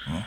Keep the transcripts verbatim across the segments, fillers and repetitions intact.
うん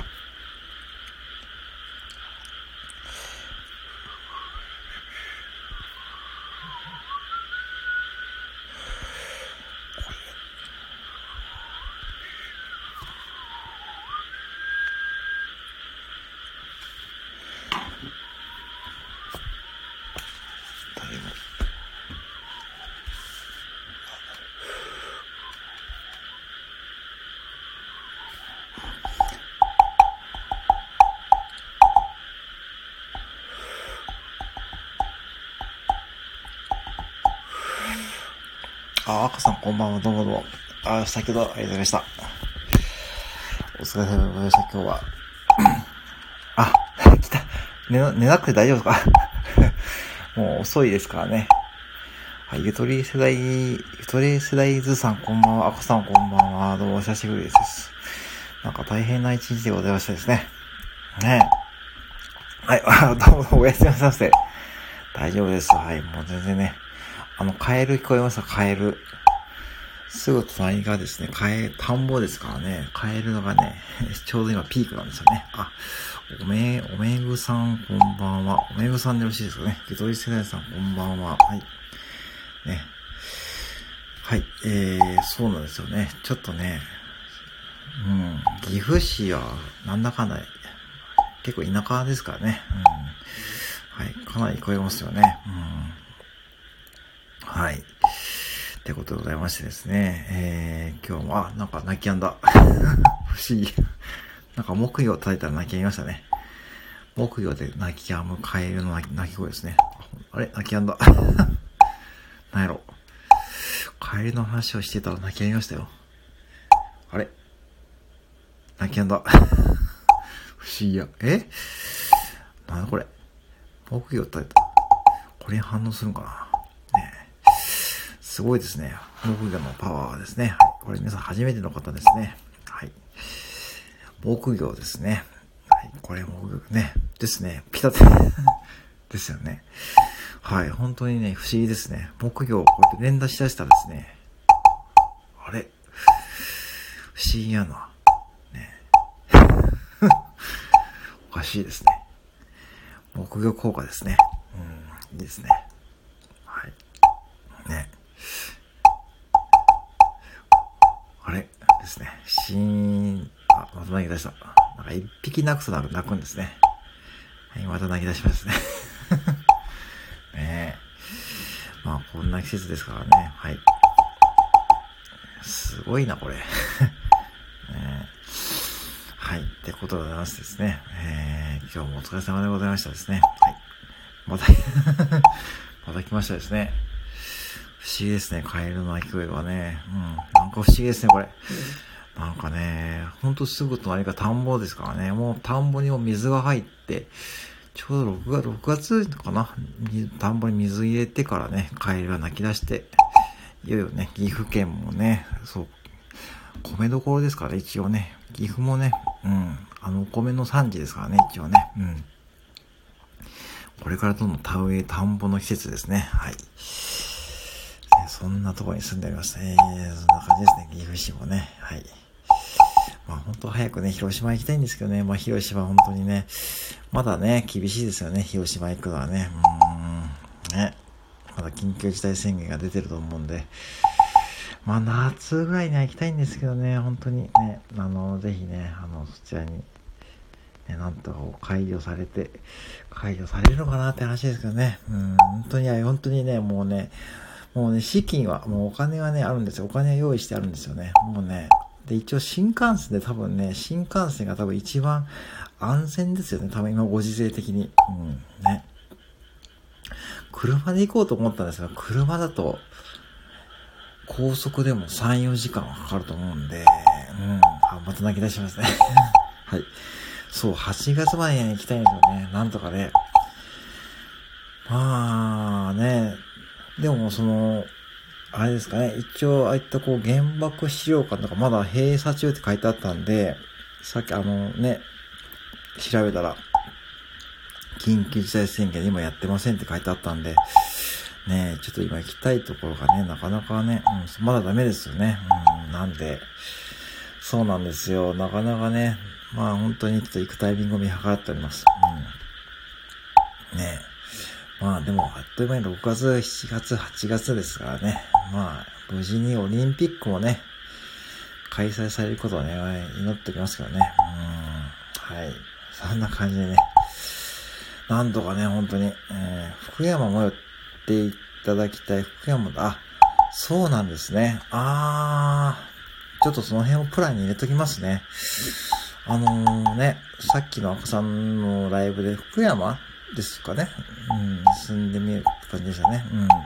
あ、赤さんこんばんは、どうもどうも。あ、先ほどありがとうございました。お疲れ様でございました、今日は。あ、来た。寝、寝なくて大丈夫ですかもう遅いですからね。はい、ゆとり世代、ゆとり世代ずさんこんばんは、赤さんこんばんは、どうもお久しぶりです。なんか大変な一日でございましたですね。ねはい、どうもどうもおやすみなさいませ。大丈夫です。はい、もう全然ね。あの、カエル聞こえますか？カエル。すぐ隣がですね、カエル、田んぼですからね、カエルのがね、ちょうど今ピークなんですよね。あ、おめ、おめぐさんこんばんは。おめぐさんでよろしいですかね。ゆとり世代さんこんばんは。はい。ね。はい。えー、そうなんですよね。ちょっとね、うん、岐阜市はなんだかんだ、結構田舎ですからね。うん。はい。かなり聞こえますよね。うん。はい。ってことでございましてですね。えー、今日も、あ、なんか泣き止んだ。不思議。なんか木魚を叩いたら泣き止みましたね。木魚で泣き止むカエルの泣き、泣き声ですね。あれ泣き止んだ。なんやろ。カエルの話をしてたら泣き止みましたよ。あれ泣き止んだ。不思議や。えなんだこれ。木魚を叩いた。これに反応するんかなねえ。すごいですね。木魚のパワーですね。はい。これ皆さん初めての方ですね。はい。木魚ですね。はい。これ木魚ね。ですね。ピタッですよね。はい。本当にね、不思議ですね。木魚をこうやって連打しだしたらですね。あれ不思議やな。ね。おかしいですね。木魚効果ですね。うん。いいですね。はい。ね。あれですね。シーン、あ、また泣き出した。なんか一匹泣くと泣くんですね。はい、また泣き出しますね。ねえ。まあ、こんな季節ですからね。はい。すごいな、これ。ね、はい。ってことでございますですね。えー、今日もお疲れ様でございましたですね。はい。また、また来ましたですね。不思議ですね。カエルの鳴き声がね。うん。なんか不思議ですね、これ。なんかね、ほんとすぐ隣が田んぼですからね。もう田んぼにも水が入って、ちょうどろくがつ、ろくがつかな。田んぼに水入れてからね、カエルが鳴き出して、いよいよね、岐阜県もね、そう、米どころですからね、一応ね。岐阜もね、うん、あの、お米の産地ですからね、一応ね。うん。これからどんどん田植え、田んぼの季節ですね。はい。そんなところに住んでおりますね。えー、そんな感じですね、岐阜市もね。はい。まあ本当早くね、広島行きたいんですけどね。まあ広島本当にね、まだね、厳しいですよね、広島行くのはね。うーん、ね。まだ緊急事態宣言が出てると思うんで。まあ夏ぐらいには行きたいんですけどね、本当にね、あの、ぜひね、あの、そちらに、ね、なんとか解除されて、解除されるのかなって話ですけどね。うん、本当に、本当にね、もうね、もうね、資金は、もうお金はね、あるんですよ。お金は用意してあるんですよね。もうね、で、一応新幹線で多分ね、新幹線が多分一番安全ですよね。多分今ご時世的に。うん、ね。車で行こうと思ったんですが、車だと、高速でもさん、よじかんはかかると思うんで、うん。あ、また泣き出しますね。はい。そう、はちがつまでに行きたいんですよね。なんとかね。まあね、でもその、あれですかね、一応ああいったこう原爆資料館とかまだ閉鎖中って書いてあったんで、さっきあのね、調べたら、緊急事態宣言今やってませんって書いてあったんで、ねえ、ちょっと今行きたいところがね、なかなかね、うん、まだダメですよね。うん、なんで、そうなんですよ。なかなかね、 まあ本当にちょっと行くタイミングを見計らっております。うん。ねえ。まあでも、あっという間にろくがつ、しちがつ、はちがつですからね。まあ、無事にオリンピックもね、開催されることをね、祈っておきますけどね。うん。はい。そんな感じでね。なんとかね、本当に、えー、福山も寄っていただきたい。福山だ。あ、そうなんですね。あー、ちょっとその辺をプランに入れときますね。あのー、ね、さっきの赤さんのライブで福山ですかね。うん、住んでみるって感じでしたね。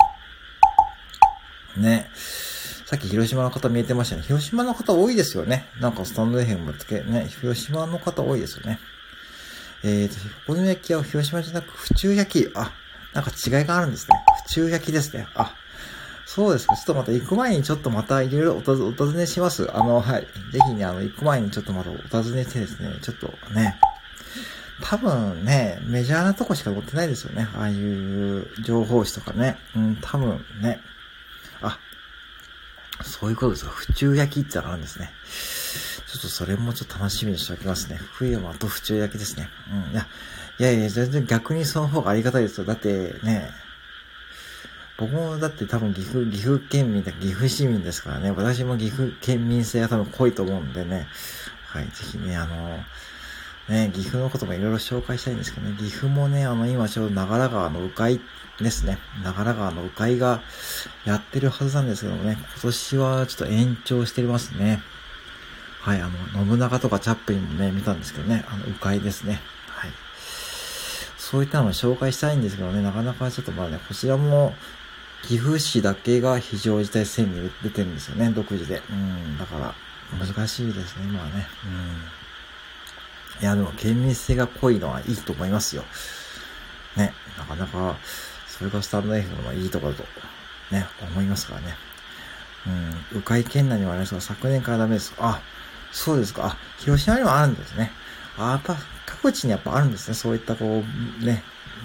うん。ね。さっき広島の方見えてましたね。広島の方多いですよね。なんかスタンドエフエムつけ、ね、広島の方多いですよね。えーと、お好み焼きは広島じゃなく府中焼き。あ、なんか違いがあるんですね。府中焼きですね。あ、そうですか。ちょっとまた行く前にちょっとまたいろいろおたず、お尋ねします。あの、はい。ぜひね、あの、行く前にちょっとまたお尋ねしてですね、ちょっとね、多分ね、メジャーなとこしか載ってないですよね。ああいう情報誌とかね。うん、多分ね。あ、そういうことですか。府中焼きってのがあるんですね。ちょっとそれもちょっと楽しみにしておきますね。福山と府中焼きですね。うん。いや、いやいや、全然逆にその方がありがたいですよ。だってね、僕もだって多分岐阜、岐阜県民だ、岐阜市民ですからね。私も岐阜県民性が多分濃いと思うんでね。はい、ぜひね、あの、ね、岐阜のこともいろいろ紹介したいんですけどね。岐阜もね、あの、今ちょうど長良川の鵜飼ですね。長良川の鵜飼がやってるはずなんですけどもね。今年はちょっと延長してますね。はい、あの、信長とかチャップリンもね、見たんですけどね。あの、鵜飼ですね。はい。そういったのを紹介したいんですけどね。なかなかちょっとまあね、こちらも、岐阜市だけが非常事態宣言に出てるんですよね、独自で。うん、だから、難しいですね、今はね。うん。いや、でも、県民性が濃いのはいいと思いますよ。ね、なかなか、それがスタンド エフエム のいいところと、ね、思いますからね。うん、鵜飼県内にはありますが、昨年からダメです。あ、そうですか。あ、広島にもあるんですね。あ、やっぱ、各地にやっぱあるんですね。そういったこう、ね、うん。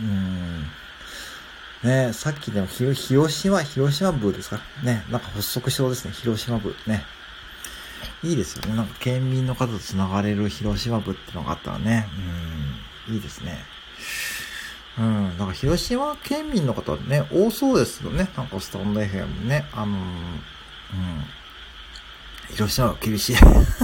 ね、さっきでも広島、広島部ですかね。なんか発足しそうですね。広島部。ね。いいですよね。なんか県民の方と繋がれる広島部ってのがあったらね。うん。いいですね。うん。なんか広島県民の方はね、多そうですよね。なんかスタンド エフエム ね。あのー、うん。広島は厳しい。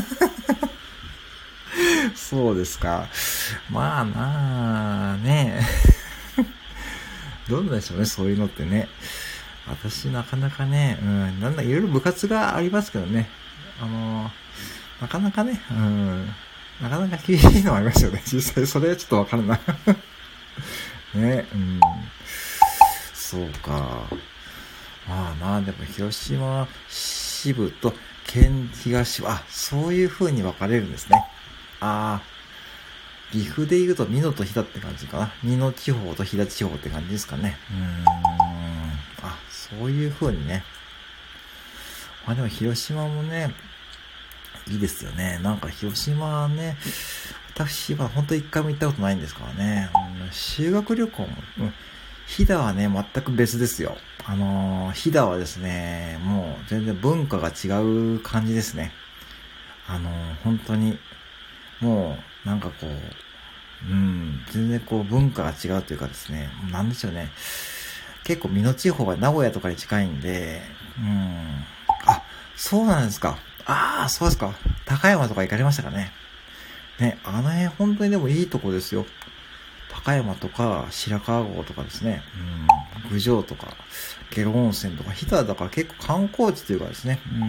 そうですか。まあなあね。どうなんでしょうね、そういうのってね。私なかなかね、うん、なんだ、いろいろ部活がありますけどね。あのー、なかなかね、うん、なかなか厳しいのはありますよね。実際、それはちょっとわかるな。ね、うん。そうか。まあまあ、でも広島支部と県東部、あ、そういう風に分かれるんですね。ああ。岐阜で言うと美濃と飛騨って感じかな。美濃地方と飛騨地方って感じですかね。うーん。あ、そういう風にね。まあでも広島もね、いいですよね。なんか広島はね、私は本当一回も行ったことないんですからね。うん、修学旅行も、うん、飛騨はね、全く別ですよ。あのー、飛騨はですね、もう全然文化が違う感じですね。あのー、本当に、もう、なんかこう、うん、全然こう文化が違うというかですね、なんでしょうね。結構美濃地方が名古屋とかに近いんで、うん。あ、そうなんですか。ああ、そうですか。高山とか行かれましたかね。ね、あの辺本当にでもいいとこですよ。高山とか白川郷とかですね。うん。郡上とか、下呂温泉とか、飛騨だから結構観光地というかですね。うん。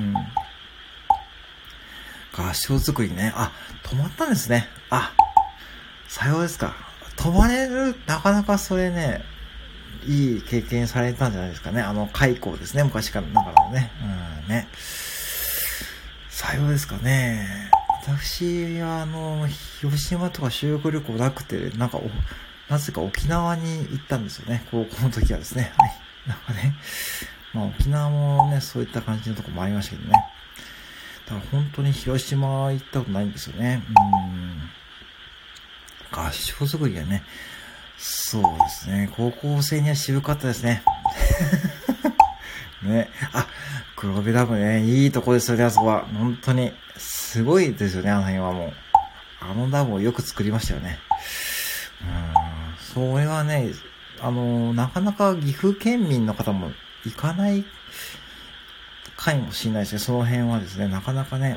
合掌造りね。あ、泊まったんですね。あ、さようですか。泊まれる、なかなかそれね、いい経験されたんじゃないですかね。あの、開港ですね。昔からながらのね。うん、ね。さようですかね。私は、あの、広島とか修学旅行なくて、なんかお、なぜか沖縄に行ったんですよね。高校の時はですね。はい。なんかね。まあ沖縄もね、そういった感じのとこもありましたけどね。だから本当に広島行ったことないんですよね。うん。合掌造りはね、そうですね。高校生には渋かったですね。ね。あ、黒部ダムね。いいとこですよね、あそこは。本当に。すごいですよね、あの辺はもう。 あのダムをよく作りましたよね。うん、それはね、あの、なかなか岐阜県民の方も行かないかもしれないですね。その辺はですね、なかなかね、うん。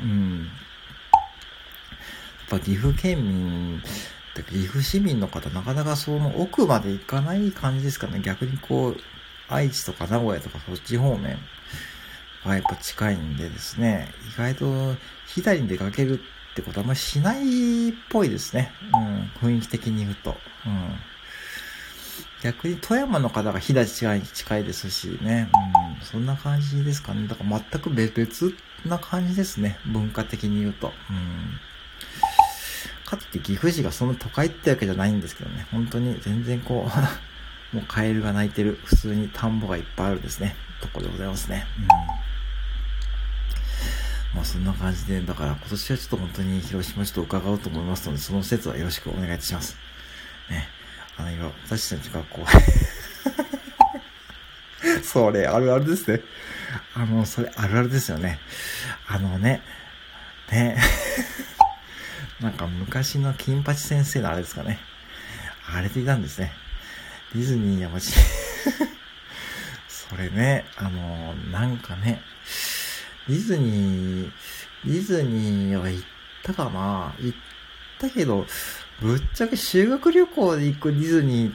やっぱ岐阜県民、岐阜市民の方、なかなかその奥まで行かない感じですかね。逆にこう、愛知とか名古屋とかそっち方面がやっぱ近いんでですね、意外と飛騨に出かけるってことはあんまりしないっぽいですね。うん、雰囲気的に言うと。うん。逆に富山の方が飛騨近い、近いですしね。うん、そんな感じですかね。だから全く別な感じですね。文化的に言うと。うん。かつて岐阜市がその都会ってわけじゃないんですけどね。本当に全然こう、もうカエルが鳴いてる、普通に田んぼがいっぱいあるですね。とこでございますね。うん。まあそんな感じで、だから今年はちょっと本当に広島ちょっと伺おうと思いますので、その説はよろしくお願いいたします。ね。あの、今、私たちがこう、それあるあるですね。あの、それあるあるですよね。あのね、ね。なんか昔の金八先生のあれですかね。あれでいたんですね。ディズニーや街。それね、あの、なんかね、ディズニー、ディズニーは行ったかな？行ったけど、ぶっちゃけ修学旅行で行くディズニーって、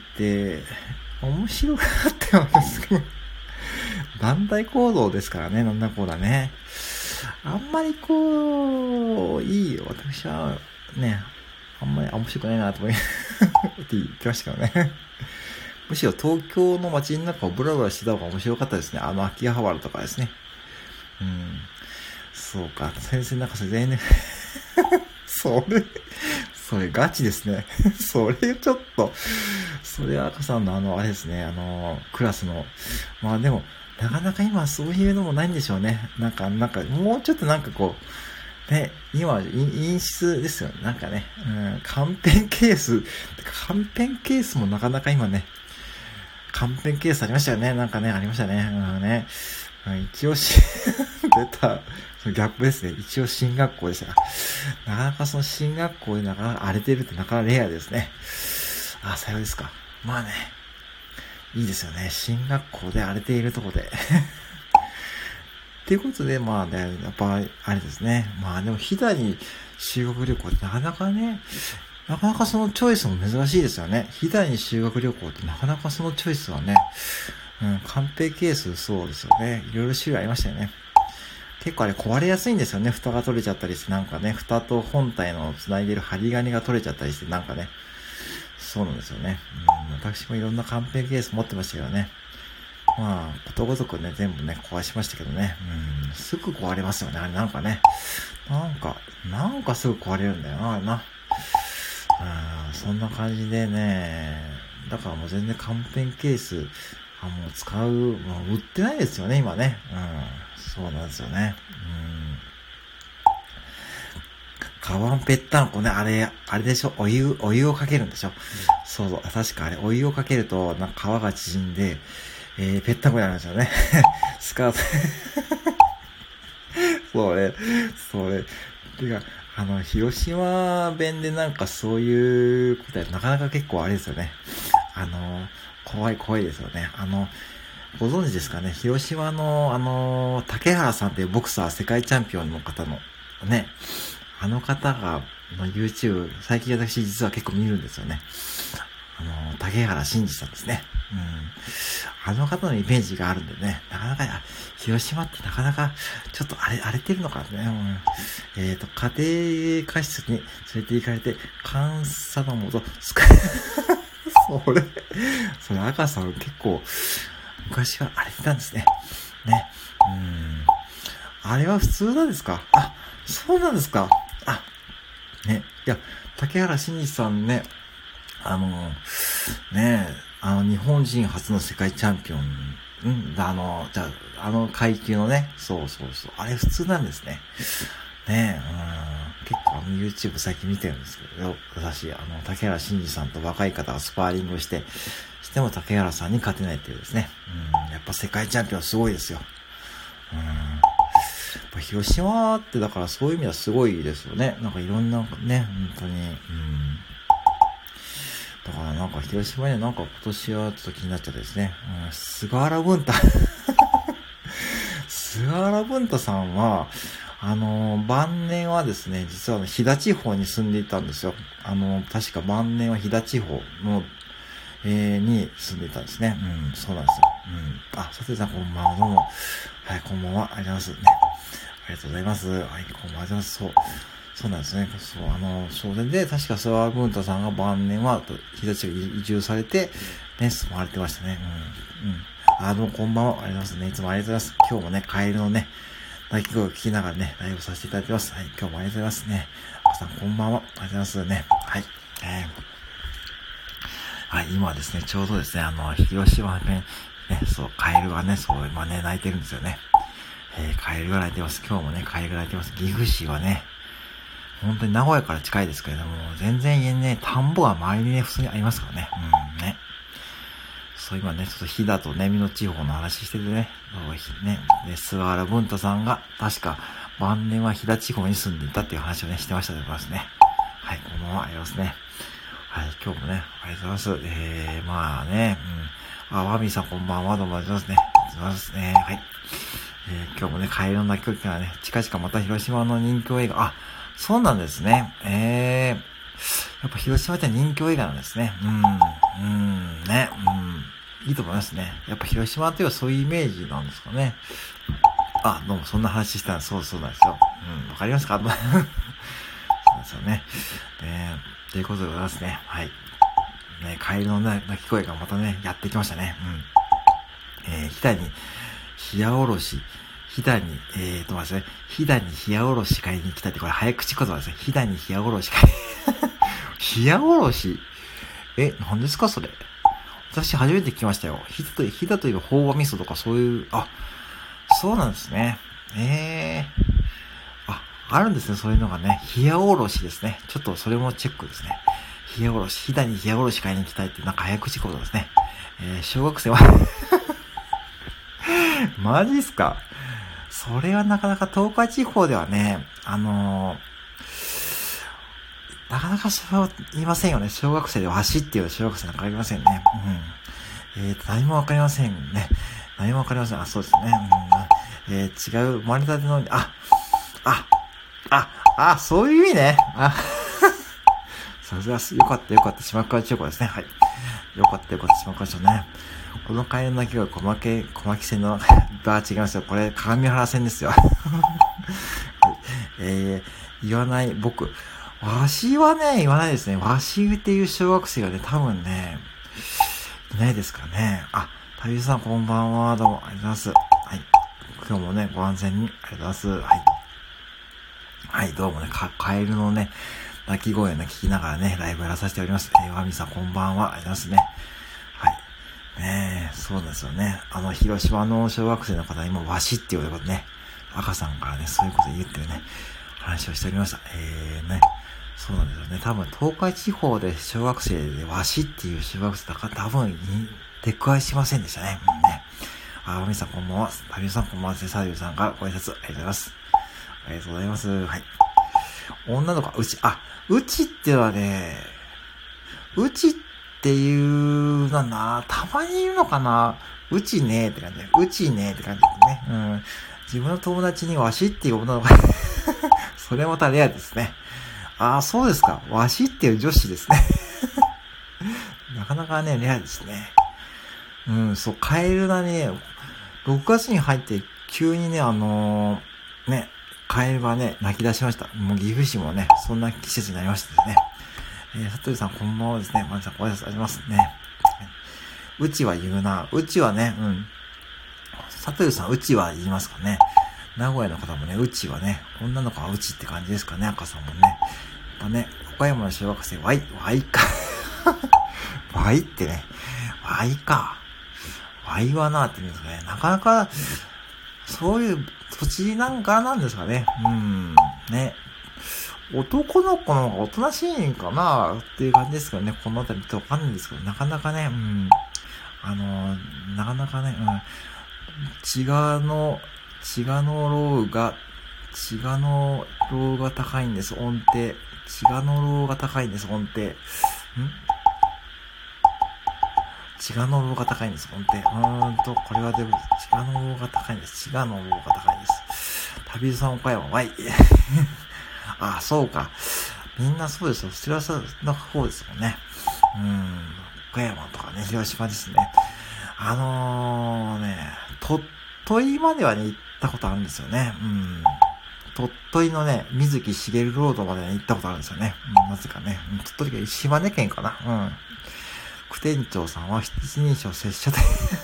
面白かったようですけど、団体行動ですからね、なんだこうだね。あんまりこう、いいよ、私は、ね、あんまり面白くないなと思いって言ってましたけどね。むしろ東京の街の中をブラブラしてた方が面白かったですね。あの秋葉原とかですね。うん。そうか。先生なんかそれ全然、それ、それガチですね。それちょっと、それ赤さんのあの、あれですね、あの、クラスの、まあでも、なかなか今そういうのもないんでしょうね。なんか、なんか、もうちょっとなんかこう、ね、今、陰湿ですよね。なんかね、うん、カンペンケース、カンペンケースもなかなか今ね、カンペンケースありましたよね。なんかね、ありましたね。うんね。一応し、出た、ギャップですね。一応進学校でしたが。なかなかその進学校でなかなか荒れてるってなかなかレアですね。あ、さようですか。まあね。いいですよね。進学校で荒れているところで。っていうことで、まあね、やっぱ、あれですね。まあでも、飛騨に修学旅行ってなかなかね、なかなかそのチョイスも珍しいですよね。飛騨に修学旅行ってなかなかそのチョイスはね、うん、カンペケースそうですよね。いろいろ種類ありましたよね。結構あれ壊れやすいんですよね。蓋が取れちゃったりして、なんかね、蓋と本体の繋いでる針金が取れちゃったりして、なんかね、そうなんですよね。うん、私もいろんなカンペケース持ってましたけどね。まあ、ことごとくね、全部ね、壊しましたけどね。うん、すぐ壊れますよね。あれなんかね。なんか、なんかすぐ壊れるんだよな、あれな。あそんな感じでね、だからもう全然カンペンケース、あもう使う、もう売ってないですよね、今ね。うん、そうなんですよね。うん。カバンぺったんこね、あれ、あれでしょ、お湯、お湯をかけるんでしょ。うん、そうそう、確かあれ、お湯をかけると、なんか皮が縮んで、えー、ぺったんこになるんですよね。スカート。それ、それ。てか、あの、広島弁でなんかそういうことはなかなか結構あれですよね。あの、怖い怖いですよね。あの、ご存知ですかね、広島のあの、竹原さんっていうボクサー世界チャンピオンの方の、ね、あの方が、の YouTube、最近私実は結構見るんですよね。あの、竹原慎二さんですね。うん。あの方のイメージがあるんでね、なかなか、広島ってなかなか、ちょっと荒れ、荒れてるのかね。うん、えっ、ー、と、家庭科室に連れて行かれて、監査のもと、すか、それ、それ赤さん結構、昔は荒れてたんですね。ね。うん。あれは普通なんですか？あ、そうなんですか。あ、ね。いや、竹原慎二さんね、あの、ねえ、あの、日本人初の世界チャンピオン、うん、あの、じゃあ、あの階級のね、そうそうそう、あれ普通なんですね。ねえ、うん、結構あの YouTube 最近見てるんですけど、私、あの、竹原慎二さんと若い方がスパーリングして、しても竹原さんに勝てないっていうですね。うん、やっぱ世界チャンピオンすごいですよ。うん、 広島ってだからそういう意味ではすごいですよね。なんかいろんなね、本当に。うん。だからなんか広島になんか今年はちょっと気になっちゃってですね。うん、菅原文太。菅原文太さんは、あのー、晩年はですね、実は飛騨地方に住んでいたんですよ。あのー、確か晩年は飛騨地方の、えー、に住んでいたんですね。うん、そうなんですよ。うん。あ、佐藤さんこんばんは、どうも。はい、こんばんは。ありがとうございますね。ありがとうございます。はい、こんばんは。ありがとうございます。そう。そうなんですね。そう、あの、それで、確か菅原文太さんが晩年は、飛騨地方に移住されて、ね、住まわれてましたね。うん。うん。あ、どうもこんばんは。ありがとうございますね。いつもありがとうございます。今日もね、カエルのね、鳴き声を聞きながらね、ライブさせていただいてます。はい、今日もありがとうございますね。皆さんこんばんは。ありがとうございますね。はい。えー、はい、今はですね、ちょうどですね、あの、広島弁、ね、そう、カエルがね、そう、今ね、鳴いてるんですよね。えー、カエルが鳴いてます。今日もね、カエルが鳴いてます。岐阜市はね、本当に名古屋から近いですけれども、全然家にね、田んぼが周りにね、普通にありますからね。うん、ね。そう、今ね、ちょっと飛騨とね、美濃地方の話しててね、ね、で、菅原文太さんが、確か、晩年は飛騨地方に住んでいたっていう話をね、してましたでございますね。はい、こんばんは、ありますね。はい、今日もね、ありがとうございます。えー、まあね、うん。あ、ワミさんこんばんは、どうもありがとうございますね。ありがとうございますね。はい。えー、今日もね、カエルの鳴き声がね、近々また広島の人気映画、あ、そうなんですね。えー、やっぱ広島って人気映画なんですね。うん、うん、ね、うん、いいと思いますね。やっぱ広島というのはそういうイメージなんですかね。あ、どうもそんな話したらそうそうなんですよ。うん、わかりますかそうですよね。えー、ということでございますね。はい。ね、カエルの鳴き声がまたね、やってきましたね。うん。えー、ひだに、冷やおろし、ひだに、えーと、待ってね、ひだに冷やおろし買いに来たって、これ早口言葉ですね。ひだに冷やおろし買い。冷やおろしえ、何ですかそれ。私初めて聞きましたよ。ひだと、ひだという朴葉味噌とかそういう、あ、そうなんですね。えー。あ、あるんですね、そういうのがね。冷やおろしですね。ちょっとそれもチェックですね。冷やおろし、ひだに冷やおろし買いに来たいって、なんか早口言葉ですね。えー、小学生はマジっすか。それはなかなか東海地方ではね、あのー、なかなかそれを言いませんよね。小学生でわしっていう小学生なんかありませんね。うん。えーと、何もわかりませんね。何もわかりません。あ、そうですね。うん、えー、違う、生まれたての、あ、あ、あ、あ、そういう意味ね。あ、さすがす、よかったよかった。島倉千代子ですね。はい。よかったよかった。島倉千代子ね。このカエルの鳴き声、小負け、小負け線の、バー違いますよ。これ、鏡原線ですよ。えー、言わない、僕。わしはね、言わないですね。わしっていう小学生はね、多分ね、いないですかね。あ、旅さんこんばんは。どうも、ありがとうございます。はい。今日もね、ご安全に、ありがとうございます。はい。はい、どうもね、か、カエルのね、鳴き声をね、聞きながらね、ライブやらさせております。えー、ワミさんこんばんは。ありがとうございますね。はい。ねえ、そうなんですよね。あの、広島の小学生の方、今、わしっていうことね、赤さんからね、そういうこと言ってるね、話をしておりました。えーね、そうなんですよね。多分、東海地方で小学生でわしっていう小学生だから、多分、出くわしませんでしたね。うんね。あ、わみさんこんばんは。タビさんこんばんは。セサリュウさんからご挨拶ありがとうございます。ありがとうございます。はい。女の子、うち、あ、うちっていうのはね、うちっていうなんだ、たまにいるのかな。うちねーって感じで、うちねーって感じですね。うん。自分の友達にわしっていう女の子それまたレアですね。ああ、そうですか。わしっていう女子ですね。なかなかね、レアですね。うん、そう、カエルがね、ろくがつに入って急にね、あのー、ね、カエルがね、泣き出しました。もう岐阜市もね、そんな季節になりましたですね。えー、さとりさんこんばんはですね。まずさんご挨拶ありますね。うちは言うな。うちはね、うん。さとりさん、うちは言いますかね。名古屋の方もね、うちはね、女の子はうちって感じですかね、赤さんもね。やっぱね、岡山の小学生、わい、わいか。わいってね、わいか。わいはなって言うんですかね。なかなか、そういう土地なんかなんですかね。うん、ね。男の子の方がおとなしいんかなっていう感じですけどね。このあたりってわかんないんですけど、なかなかね、うん。あのー、なかなかね、うん。血がの、血がのろうが、 血がのローが高いんです、音程。血がのローが高いんです、音程。ん血がのローが高いんです、音程。うーんと、これはでも、血がのローが高いんです。血がのローが高いんです。旅人さん岡山、わい。あ、そうか。みんなそうですよ。そちらの方ですもんね。うん。岡山とかね、広島ですね。あのー、ね、鳥取まではね、行ったことあるんですよね。うん。鳥取のね、水木しげるロードまで、ね、行ったことあるんですよね。うん、なぜかね。鳥取が島根県かな。うん。副店長さんは一人称拙者で、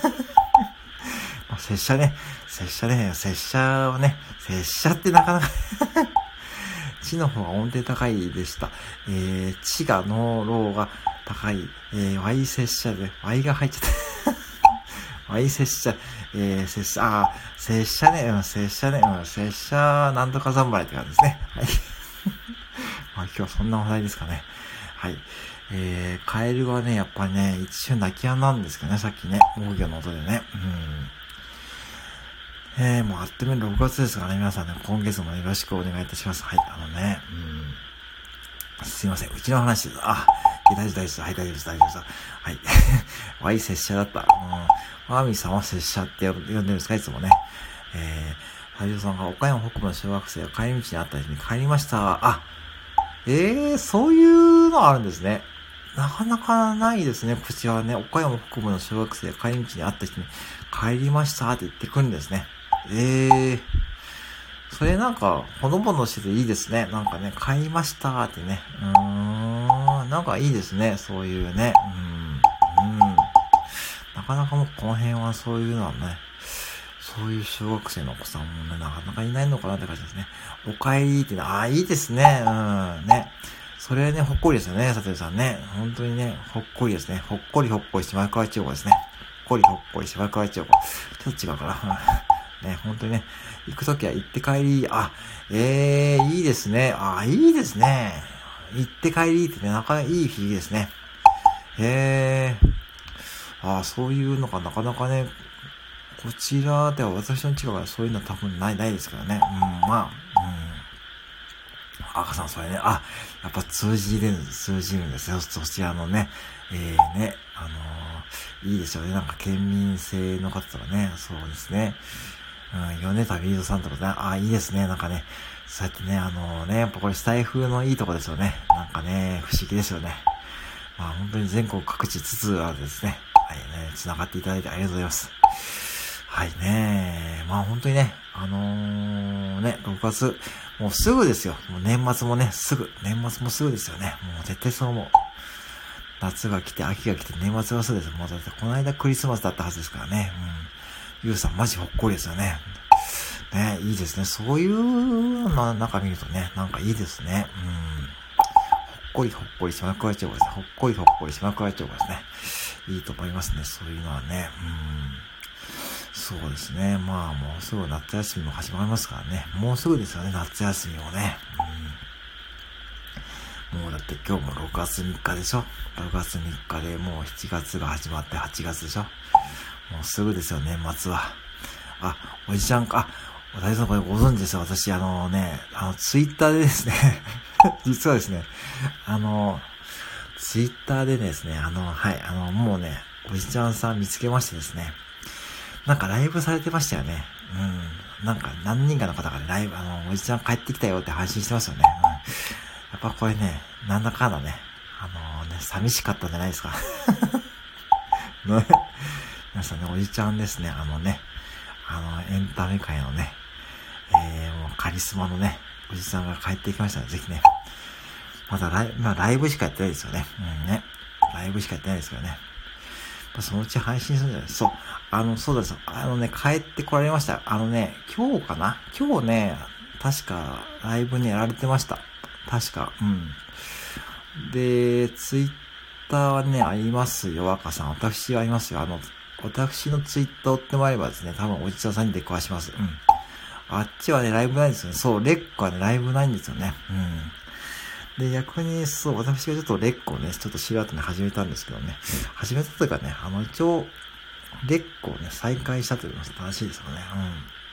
拙者ね、拙者ね、拙者はね、拙者ってなかなか地の方が音程高いでした。えー、地がのローが高い。えー、Y 拙者で、Y が入っちゃった。Y 拙者、えー、拙者、あー、拙者ね、うん、拙者ね、うん、拙者、なんとか侍って感じですね。はい。まあ今日はそんな話題ですかね。はい。えー、カエルはね、やっぱりね、一瞬泣き止んだんですけどね、さっきね、農業の音でね。うん。えー、もうあっという間にろくがつですからね、皆さんね、今月もよろしくお願いいたします。はい、あのね、うん。すいません、うちの話です。あ、大丈夫、大丈夫です。はい、大丈夫です、大丈夫です。はい。ワイ拙者だった。うん。マーミーさんは拙者って呼んでるんですか、いつもね。えー、ハリオさんが岡山北部の小学生が帰り道にあった日に帰りました。あ、えー、そういうのあるんですね。なかなかないですね、こちらはね。岡山北部の小学生が帰り道にあった人に帰りましたって言ってくるんですね。えー。それなんか、ほのぼのしてていいですね。なんかね、帰りましたってね。うーん。なんかいいですね、そういうね。うん。うん。なかなかもうこの辺はそういうのはね、そういう小学生のお子さんもね、なかなかいないのかなって感じですね。お帰りってね、ああ、いいですね。うん。ね。それね、ほっこりですよね、さとりさんね。本当にね、ほっこりですね。ほっこりほっこり島川千代子ですね。ほっこりほっこり島川千代子。ちょっと違うかな。ね、本当にね、行くときは行って帰り、あ、ええー、いいですね。あ、いいですね。行って帰りってね、なかなかいい日ですね。へえー。あ、そういうのがなかなかね、こちらでは私の近くはそういうのは多分ない、ないですからね。うん、まあ、うん。赤さん、それね、あ、やっぱ通じる、通じるんですよ。そちらのね、えー、ね、あのー、いいですよね。なんか県民性の方とかね、そうですね。うん、米田ビードさんとかね、あ、いいですね。なんかね、そうやってね、あのー、ね、やっぱこれスタイフのいいとこですよね。なんかね、不思議ですよね。まあ本当に全国各地つつあるですね。はいね、繋がっていただいてありがとうございます。はいね。まあ本当にね、あのー、ね、ろくがつ、もうすぐですよ。もう年末もね、すぐ。年末もすぐですよね。もう絶対そう思う。夏が来て、秋が来て、年末がすぐです。もうだってこの間クリスマスだったはずですからね。うん。ゆうさんマジほっこりですよね。ね、いいですね。そういうのなんか見るとね、なんかいいですね。うん。ほっこりほっこり島倉町ですね。ほっこりほっこり島倉町ですね。いいと思いますね。そういうのはね。うん。そうですね。まあもうすぐ夏休みも始まりますからね。もうすぐですよね、夏休みもね。うん、もうだって今日もろくがつみっかでしょ。ろくがつみっかでもうしちがつが始まってはちがつでしょ。もうすぐですよ、年末は。あ、おじちゃんか、あ、大さんこれご存知ですよ。私あのね、あのツイッターでですね、実はですね、あの、ツイッターでですね、あの、はい、あの、もうね、おじちゃんさん見つけましてですね、なんかライブされてましたよね。うん。なんか何人かの方がね、ライブ、あの、おじちゃん帰ってきたよって配信してますよね。うん。やっぱこれね、なんだかんだね、あのー、ね、寂しかったんじゃないですか。ね。皆さんね、おじちゃんですね、あのね、あの、エンタメ界のね、えー、もうカリスマのね、おじさんが帰ってきましたので、ぜひね、まだライブ、まあライブしかやってないですよね。うんね。ライブしかやってないですけどね。そのうち配信するんじゃないですか。そう。あの、そうです。あのね、帰ってこられました。あのね、今日かな今日ね、確かライブにやられてました。確か。うん。で、ツイッターはね、ありますよ、若さん。私はありますよ。あの、私のツイッターを追ってもらえればですね、多分おじちゃんさんに出くわします。うん。あっちはね、ライブないんですよね。そう、レックはね、ライブないんですよね。うん。で、逆に、そう、私がちょっとレックをね、ちょっと知る後に始めたんですけどね。始めたというかね、あの、一応、レックをね、再開したというのが正しいですよね。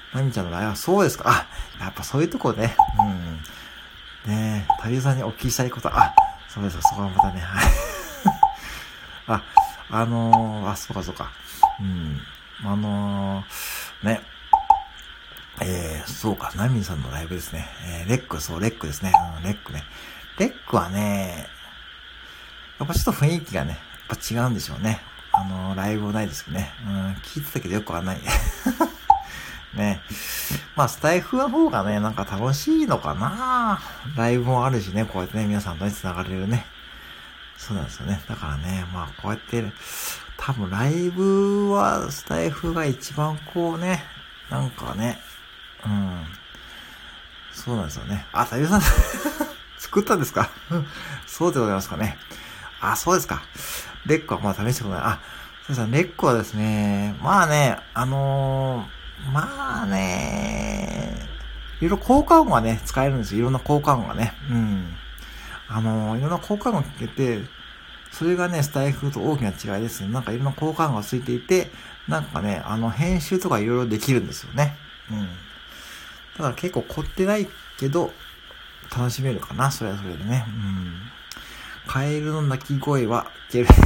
なみちゃんのライブ、あ、そうですか。あ、やっぱそういうとこね。うん。ねえ、旅さんにお聞きしたいこと、あ、そうですか、そこはまたね、はい。あ、あのー、あ、そうかそうか。うん。あのー、ね。えー、そうか、ナミさんのライブですね。えー、レック、そう、レックですね。うん、レックね。レックはね、やっぱちょっと雰囲気がね、やっぱ違うんでしょうね。あのー、ライブもないですけどね。うん、聞いてたけどよくわかんない。ね。まあ、スタイフの方がね、なんか楽しいのかな。ライブもあるしね、こうやってね、皆さんとね、繋がれるね。そうなんですよね。だからね、まあ、こうやって、多分ライブは、スタイフが一番こうね、なんかね、うん。そうなんですよね。あ、さゆさん、作ったんですか？そうでございますかね。あ、そうですか。レックはまだ試したことない。あ、そうですね。レックはですね、まあね、あのー、まあね、いろいろ効果音がね、使えるんですよ。いろんな効果音がね。うん。あのー、いろんな効果音が聞けて、それがね、スタイフと大きな違いですね。なんかいろんな効果音がついていて、なんかね、あの、編集とかいろいろできるんですよね。うん。だから結構凝ってないけど、楽しめるかな、それはそれでね。うん。カエルの鳴き声は、ける。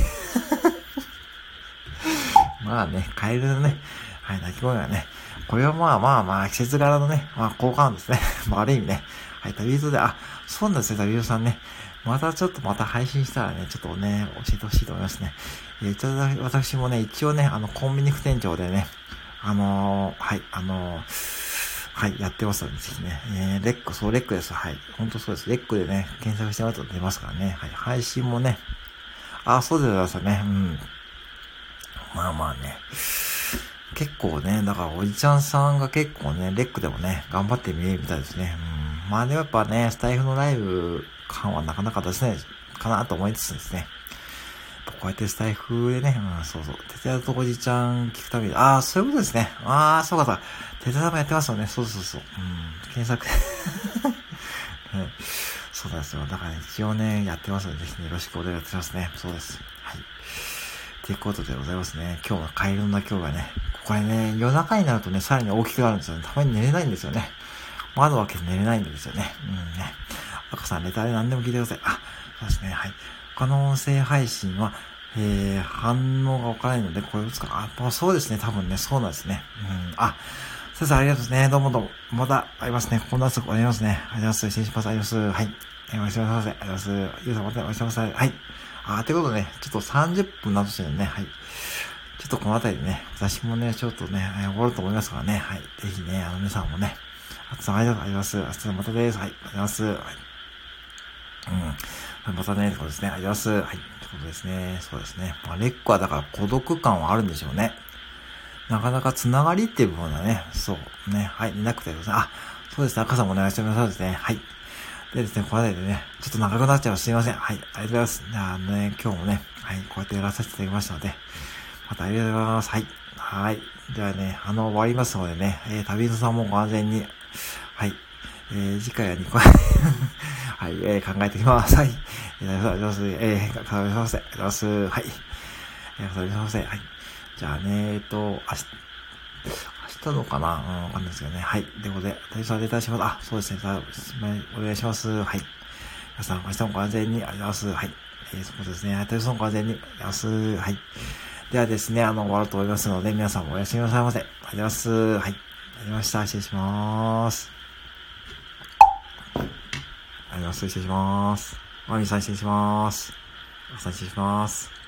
まあね、カエルのね、はい、鳴き声はね、これはまあまあまあ、季節柄のね、まあ、効果音ですね。まあ、ある意味ね。はい、旅人で、あ、そうなんですよ、旅人さんね。またちょっとまた配信したらね、ちょっとね、教えてほしいと思いますね。えー、ちょっと私もね、一応ね、あの、コンビニ副店長でね、あのー、はい、あのー、はい、やってますので、ぜひね、えー、レック、そう、レックです。はい。ほんとそうです。レックでね、検索してもらうと出ますからね。はい。配信もね、あ、そうでございますよね。うん。まあまあね。結構ね、だからおじちゃんさんが結構ね、レックでもね、頑張って見えるみたいですね。うん。まあでもやっぱね、スタイフのライブ感はなかなか出せないかなと思いつつですね。こうやってスタイフでね、うん、そうそう。ててやとおじちゃん聞くために、ああ、そういうことですね。ああ、そうかそうか。ててやさんもやってますよね。そうそうそう。うん、検索。ね、そうなんですよ。だから、ね、一応ね、やってますので、ぜひ、ね、よろしくお願いしますね。そうです。はい。ということでございますね。今日はカエルの鳴き声がね、これね、夜中になるとね、さらに大きくなるんですよね。たまに寝れないんですよね。窓を開けて寝れないんですよね。うんね。赤さん、ネタで何でも聞いてください。あ、そうですね。はい。他の音声配信は、えー、反応がわからないので、これ打つか。あ、そうですね。多分ね、そうなんですね。うん。あ、先生、ありがとうですね。どうもどうも。また会いますね。こんなすぐお願いしますね。ありがとうございます。失礼します。ありがとうございます。はい。えー、おやすみなさい。ありがとうございます。ゆうさんまたおやすみなさい。はい。あ、ということでね、ちょっとさんじゅっぷんなどしてるね。はい。ちょっとこのあたりでね、私もね、ちょっとね、終わると思いますからね。はい。ぜひね、あの皆さんもね、あつさんありがとうございます。あつさんまたです。はい。ありがとうございます。はい。うん。またね、そうですね。ありがとうございます。はい。ということですね。そうですね。まあ、レックはだから孤独感はあるんでしょうね。なかなかつながりっていう部分はね、そうね、はい、いなくてですね、あ、そうですね、赤さんもお願いしてくださいですね、はい。でですね、この辺でね、ちょっと長くなっちゃいます。すいません。はい、ありがとうございます。じゃあね、今日もね、はい、こうやってやらさせていただきましたので、またありがとうございます。はい。はい。ではね、あの、終わりますのでね、えー、旅人さんもご安全に、はい。えー、次回はにこはい、えー、考えてきます。はい。えー、ありがとうございます。えー、考えてきます。ありがとうございます。はい。ありがとうございます。はい。じゃあね、えっと、明日、明日のかな、うん、わかんないですけどね。はい。ということで、大将お願いします。あ、そうですね。お願いします。はい。皆さん、明日もご安全に、ありがとうございます。はい。えー、そうですね。大将もご安全に、ありがとうございます。はい。ではですね、あの、終わると思いますので、皆さんもおやすみなさいませ。ありがとうございます。はい。ありがとうございました。失礼します。ありがとうございます。失礼します。マミさん失礼します。あさん失礼します。